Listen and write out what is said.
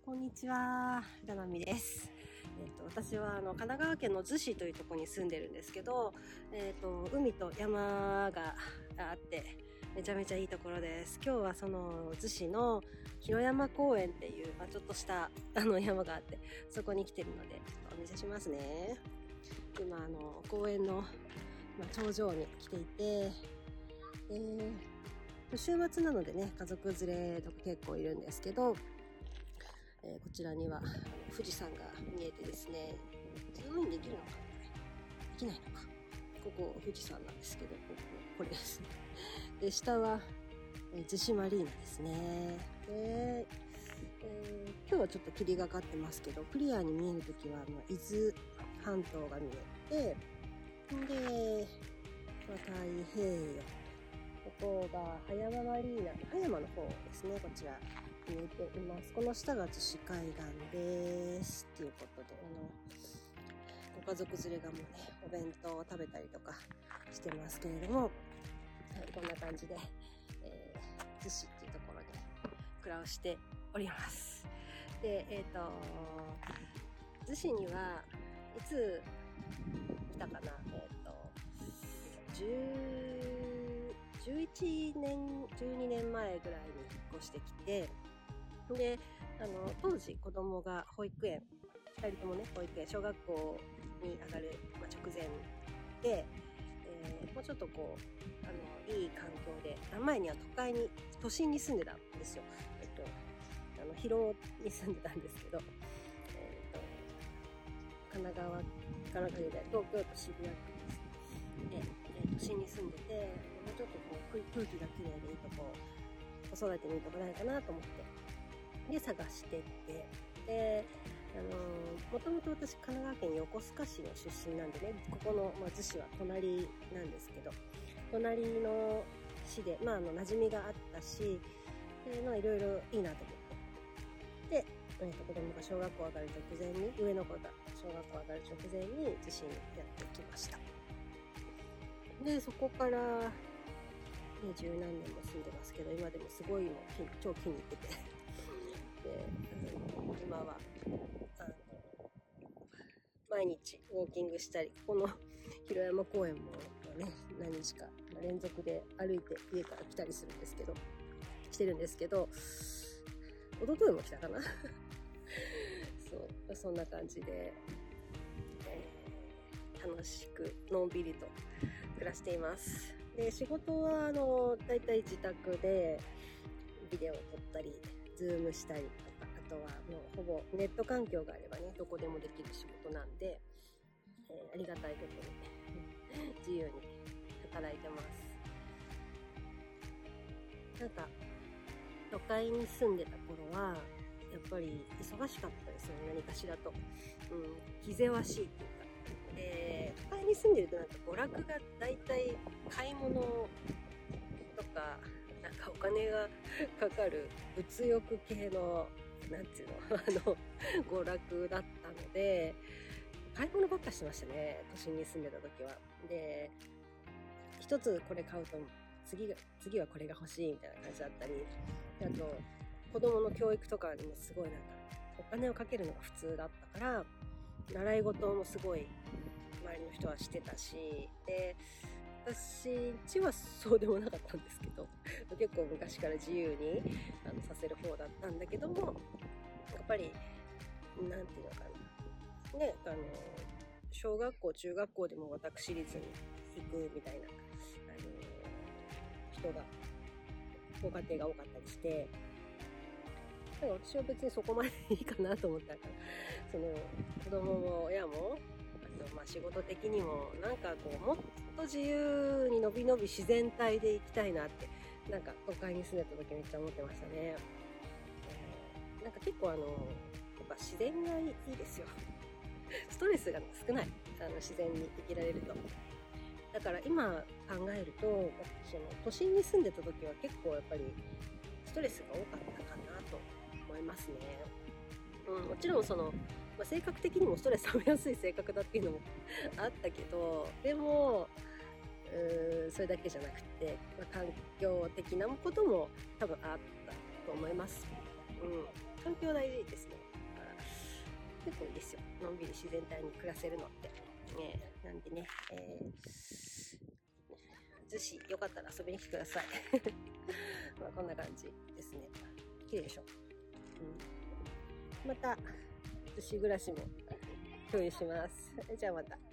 こんにちは、ダナミです。私は神奈川県の逗子というところに住んでるんですけど、海と山があってめちゃめちゃいいところです。今日はその逗子の広山公園っていう、ちょっとした山があって、そこに来てるのでちょっとお見せしますね。今公園の、頂上に来ていて、週末なのでね、家族連れとか結構いるんですけど、こちらには富士山が見えてですね、ズームインできるのかな、できないのか。ここ富士山なんですけど、これですね。で、下は逗子マリーナですね。で、今日はちょっと霧がかってますけど、クリアに見えるときは伊豆半島が見えて、で、太平洋。ここが葉山マリーナ、葉山の方ですね、こちら見えています。この下が逗子海岸です。ということで、ご家族連れがもうね、お弁当を食べたりとかしてますけれども、はい、こんな感じで、逗子っていうところに暮らしております。で、逗子にはいつ来たかな、11年、12年前ぐらいに引っ越してきて、で、当時子供が保育園、2人ともね、保育園、小学校に上がる、直前で、もうちょっとこう、いい環境で、前には都心に住んでたんですよ。広尾に住んでたんですけど、東京都渋谷区ですね。都心に住んでて、もうちょっとこう空気がきれいでいいとこ、子育てにいいとこないかなと思って、で、探してって、で、もともと私、神奈川県横須賀市の出身なんでね、ここの、逗子は隣なんですけど、隣の市で、馴染みがあったし、いろいろいいなと思って。で、子供が小学校上がる直前に、上の子が小学校上がる直前に逗子にやってきました。で、そこから、十何年も住んでますけど、今でもすごい超気に入ってて。で、今は、毎日ウォーキングしたり、この広山公園もね、何日か連続で歩いて家から来たりしてるんですけど、一昨日も来たかなそんな感じで、楽しくのんびりと暮らしています。で、仕事はだいたい自宅でビデオを撮ったり、ズームしたりとか、あとはもうほぼネット環境があればね、どこでもできる仕事なんで、ありがたいことに自由に働いてます。なんか都会に住んでた頃はやっぱり忙しかったですよね、何かしらと、気ぜわしいっていうか。で、都会に住んでるとなんか娯楽がだいたい買い物とか、なんかお金がかかる物欲系のなんていうの娯楽だったので、買い物ばっかしてましたね、都心に住んでた時は。で、一つこれ買うと次はこれが欲しいみたいな感じだったり、あと子供の教育とかにもすごいなんかお金をかけるのが普通だったから、習い事もすごい周りの人はしてたし、で、私家はそうでもなかったんですけど、結構昔から自由にさせる方だったんだけども、やっぱりなんていうのかなね、小学校中学校でも私立に行くみたいな人がご家庭が多かったりして、だから私は別にそこまでいいかなと思ったから、その子供も親も仕事的にもなんかこうもっと自由にのびのび自然体で行きたいなって、なんか都会に住んでた時めっちゃ思ってましたね。なんか結構やっぱ自然がいいですよ。ストレスが少ない、自然に生きられると。だから今考えると、その都心に住んでた時は結構やっぱりストレスが多かったかなと思いますね。もちろん性格的にもストレス溜めやすい性格だっていうのもあったけど、でもそれだけじゃなくて、環境的なことも多分あったと思います。 環境大事ですね。結構いいですよ。のんびり自然体に暮らせるのって。なんでね、逗子よかったら遊びに来てください。まあこんな感じですね。綺麗でしょ。また逗子暮らしも共有します。じゃあまた。